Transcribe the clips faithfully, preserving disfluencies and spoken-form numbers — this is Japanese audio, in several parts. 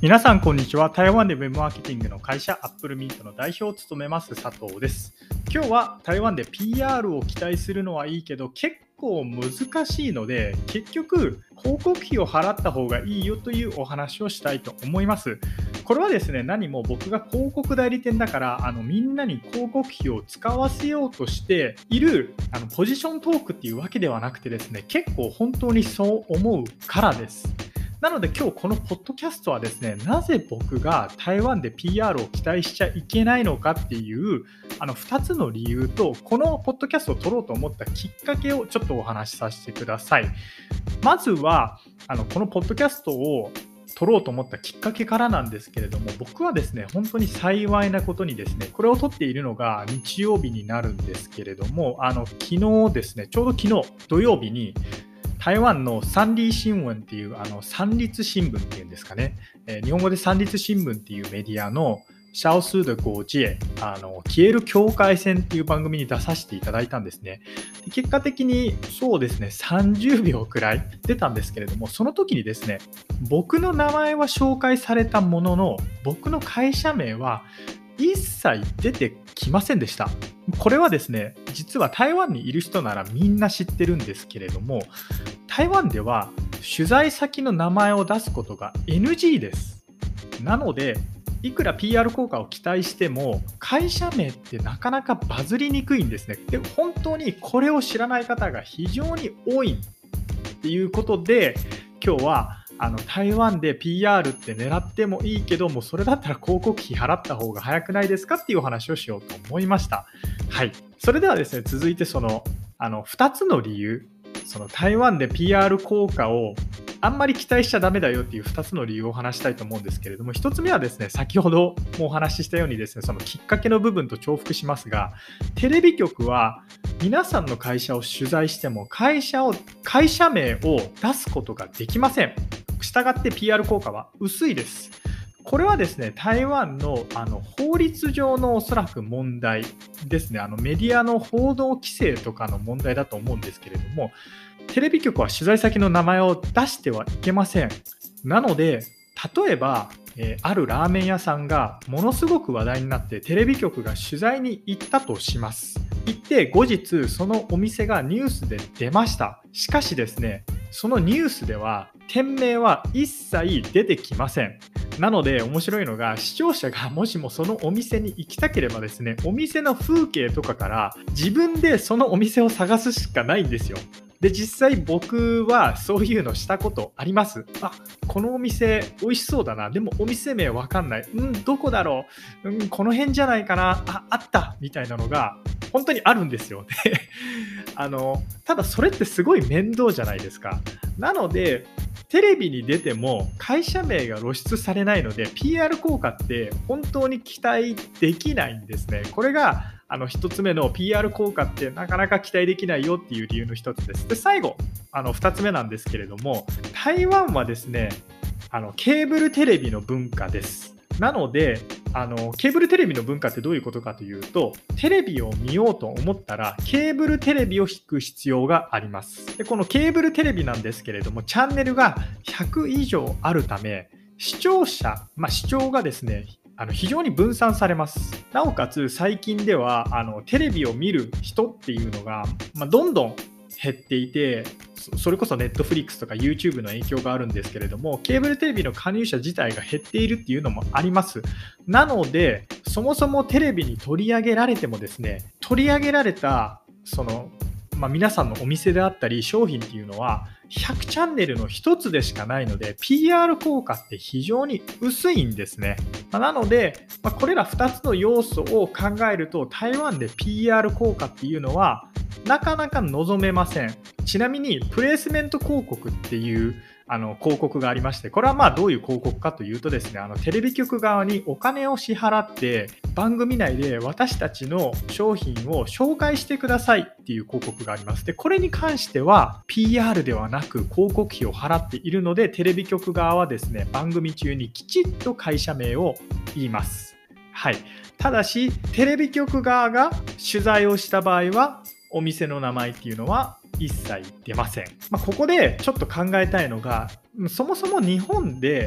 皆さんこんにちは。台湾でウェブマーケティングの会社アップルミートの代表を務めます佐藤です。今日は台湾で ピーアール を期待するのはいいけど結構難しいので、結局広告費を払った方がいいよというお話をしたいと思います。これはですね、何も僕が広告代理店だからあのみんなに広告費を使わせようとしているあのポジショントークっていうわけではなくてですね、結構本当にそう思うからです。なので今日このポッドキャストはですね、なぜ僕が台湾で ピーアール を期待しちゃいけないのかっていうあのふたつの理由と、このポッドキャストを撮ろうと思ったきっかけをちょっとお話しさせてください。まずはあのこのポッドキャストを撮ろうと思ったきっかけからなんですけれども、僕はですね、本当に幸いなことにですね、これを撮っているのが日曜日になるんですけれども、あの昨日ですね、ちょうど昨日土曜日に台湾の三立新聞っていうあの三立新聞っていうんですかね、えー、日本語で三立新聞っていうメディアのシャオスードゴージエ、あの消える境界線っていう番組に出させていただいたんですね。で結果的にそうですね、さんじゅうびょうくらい出たんですけれども、その時にですね、僕の名前は紹介されたものの、僕の会社名は一切出てきませんでした。これはですね、実は台湾にいる人ならみんな知ってるんですけれども、台湾では取材先の名前を出すことが エヌジー です。なので、いくら ピーアール 効果を期待しても、会社名ってなかなかバズりにくいんですね。で、本当にこれを知らない方が非常に多いっていうことで、今日はあの台湾で ピーアール って狙ってもいいけども、それだったら広告費払った方が早くないですかっていうお話をしようと思いました。はい。それではですね、続いてその、あのふたつの理由、その台湾で ピーアール 効果をあんまり期待しちゃダメだよっていうふたつの理由をお話したいと思うんですけれども、ひとつめはですね、先ほどもお話ししたようにですね、そのきっかけの部分と重複しますが、テレビ局は皆さんの会社を取材しても会社を会社名を出すことができません。したがって ピーアール 効果は薄いです。これはですね、台湾 の, あの法律上のおそらく問題ですね。あのメディアの報道規制とかの問題だと思うんですけれども、テレビ局は取材先の名前を出してはいけません。なので、例えば、えー、あるラーメン屋さんがものすごく話題になってテレビ局が取材に行ったとします。行って後日そのお店がニュースで出ました。しかしですね、そのニュースでは店名は一切出てきません。なので面白いのが、視聴者がもしもそのお店に行きたければですね、お店の風景とかから自分でそのお店を探すしかないんですよ。で、実際僕はそういうのしたことあります。あ、このお店美味しそうだな。でもお店名わかんない。うん、どこだろう。うん、この辺じゃないかな。あ、あったみたいなのが本当にあるんですよ。で、あの、ただそれってすごい面倒じゃないですか。なので、テレビに出ても会社名が露出されないので ピーアール 効果って本当に期待できないんですね。これがあのひとつめの ピーアール 効果ってなかなか期待できないよっていう理由のひとつです。で、最後あのふたつめなんですけれども、台湾はですね、あのケーブルテレビの文化です。なのであのケーブルテレビの文化ってどういうことかというと、テレビを見ようと思ったらケーブルテレビを引く必要があります。で、このケーブルテレビなんですけれども、チャンネルがひゃくいじょうあるため、視聴者、まあ、視聴がですね、あの非常に分散されます。なおかつ最近ではあのテレビを見る人っていうのが、まあ、どんどん減っていて、それこそ Netflix とか YouTube の影響があるんですけれども、ケーブルテレビの加入者自体が減っているっていうのもあります。なので、そもそもテレビに取り上げられてもですね、取り上げられたその、まあ、皆さんのお店であったり商品っていうのはひゃくチャンネルのひとつでしかないので ピーアール 効果って非常に薄いんですね。まあ、なので、まあ、これらふたつの要素を考えると台湾で ピーアール 効果っていうのはなかなか望めません。ちなみにプレイスメント広告っていうあの広告がありまして、これはまあどういう広告かというとですね、あのテレビ局側にお金を支払って番組内で私たちの商品を紹介してくださいっていう広告があります。で、これに関しては ピーアール ではなく広告費を払っているので、テレビ局側はですね、番組中にきちっと会社名を言います。はい。ただしテレビ局側が取材をした場合はお店の名前っていうのは一切出ません。まあ、ここでちょっと考えたいのが、そもそも日本で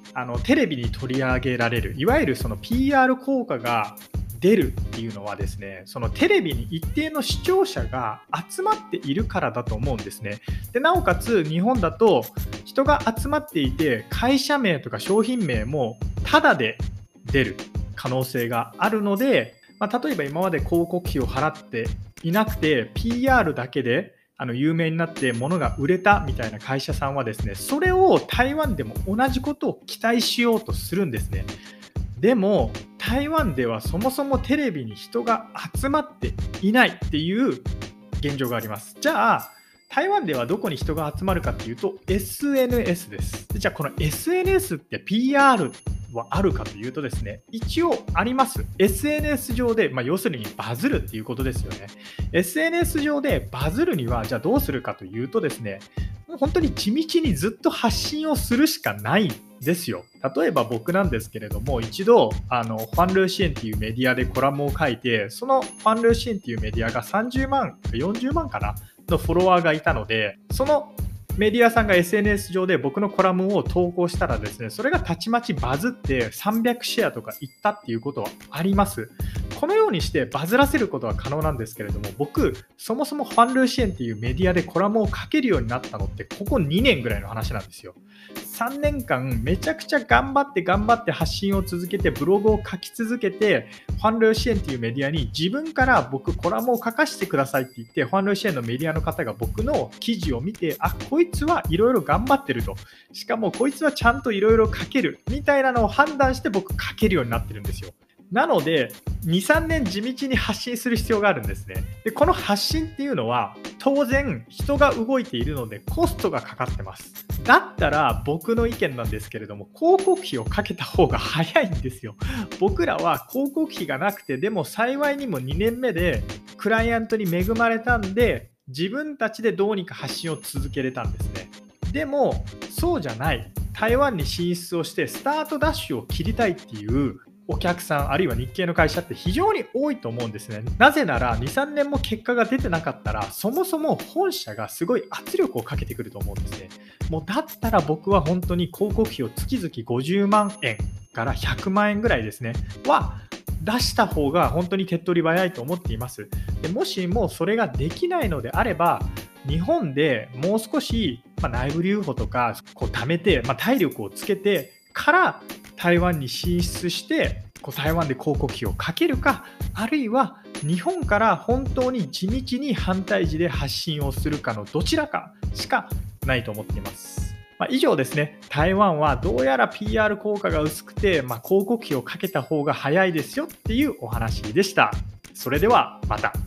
あのテレビに取り上げられる、いわゆるその ピーアール 効果が出るっていうのはですね、そのテレビに一定の視聴者が集まっているからだと思うんですね。でなおかつ日本だと人が集まっていて、会社名とか商品名もタダで出る可能性があるので、まあ、例えば今まで広告費を払っていなくて ピーアール だけであの有名になって物が売れたみたいな会社さんはですね、それを台湾でも同じことを期待しようとするんですね。でも台湾ではそもそもテレビに人が集まっていないっていう現状があります。じゃあ台湾ではどこに人が集まるかっていうと エスエヌエス です。でじゃあこの エスエヌエス って ピーアール はあるかというとですね、一応あります。 エスエヌエス 上で、まあ、要するにバズるっていうことですよね。 エスエヌエス 上でバズるにはじゃあどうするかというとですね、もう本当に地道にずっと発信をするしかないんですよ。例えば僕なんですけれども、一度あのファンルーシエンっていうメディアでコラムを書いて、そのファンルーシエンっていうメディアがさんじゅうまんよんじゅうまんかなのフォロワーがいたので、そのメディアさんが エスエヌエス 上で僕のコラムを投稿したらですね、それがたちまちバズってさんびゃくシェアとかいったっていうことはあります。このようにしてバズらせることは可能なんですけれども、僕そもそもファンルーシエンっていうメディアでコラムを書けるようになったのってここにねんぐらいの話なんですよ。さんねんかんめちゃくちゃ頑張って頑張って発信を続けて、ブログを書き続けて、ファンルーシエンっていうメディアに自分から僕コラムを書かせてくださいって言って、ファンルーシエンのメディアの方が僕の記事を見て、あ、こいつはいろいろ頑張ってると、しかもこいつはちゃんといろいろ書けるみたいなのを判断して僕書けるようになってるんですよ。なのでに、さんねん地道に発信する必要があるんですね。でこの発信っていうのは当然人が動いているのでコストがかかってます。だったら僕の意見なんですけれども、広告費をかけた方が早いんですよ。僕らは広告費がなくて、でも幸いにもにねんめでクライアントに恵まれたんで、自分たちでどうにか発信を続けれたんですね。でもそうじゃない、台湾に進出をしてスタートダッシュを切りたいっていうお客さん、あるいは日系の会社って非常に多いと思うんですね。なぜならに、さんねんも結果が出てなかったら、そもそも本社がすごい圧力をかけてくると思うんですね。もうだったら僕は本当に広告費を月々ごじゅうまんえんからひゃくまんえんぐらいですねは出した方が本当に手っ取り早いと思っています。でもしもそれができないのであれば、日本でもう少し、まあ、内部留保とかこう貯めて、まあ、体力をつけてから台湾に進出してこう台湾で広告費をかけるか、あるいは日本から本当に地道に反対時で発信をするかのどちらかしかないと思っています。まあ、以上ですね。台湾はどうやら ピーアール 効果が薄くて、まあ、広告費をかけた方が早いですよっていうお話でした。それではまた。